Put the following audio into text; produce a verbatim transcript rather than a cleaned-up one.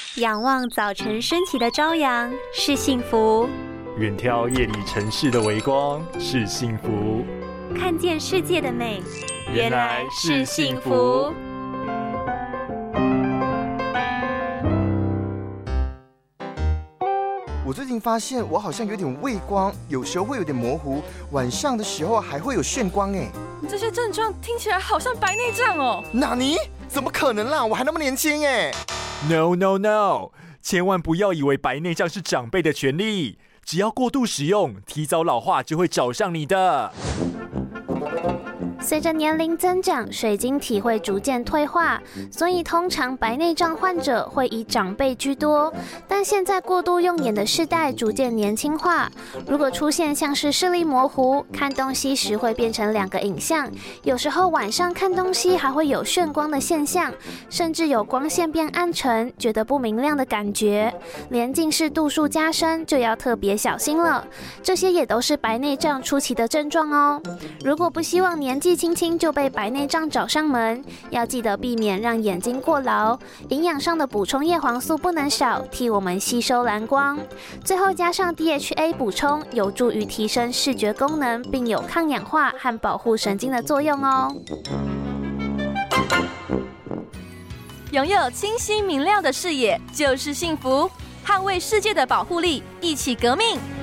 仰望早晨升起的朝阳是幸福， 远眺夜里城市的微光是幸福， 看见世界的美原来是幸福。 我最近发现我好像有点畏光，有时候会有点模糊，晚上的时候还会有眩光哎。 你这些症状听起来好像白内障哦。 哪尼？怎么可能啦？我还那么年轻哎。 No no no， 千万不要以为白内障是长辈的权利，只要过度使用，提早老化就会找上你的。 随着年龄增长，水晶体会逐渐退化，所以通常白内障患者会以长辈居多。但现在过度用眼的世代逐渐年轻化，如果出现像是视力模糊、看东西时会变成两个影像，有时候晚上看东西还会有眩光的现象，甚至有光线变暗沉，觉得不明亮的感觉，连近视度数加深就要特别小心了。这些也都是白内障初期的症状哦。如果不希望年纪轻轻就被白内障找上门，要记得避免让眼睛过劳，营养上的补充叶黄素不能少，替我们吸收蓝光。最后加上 D H A 补充，有助于提升视觉功能，并有抗氧化和保护神经的作用哦。 拥有清晰明亮的视野就是幸福，捍卫世界的保护力，一起革命。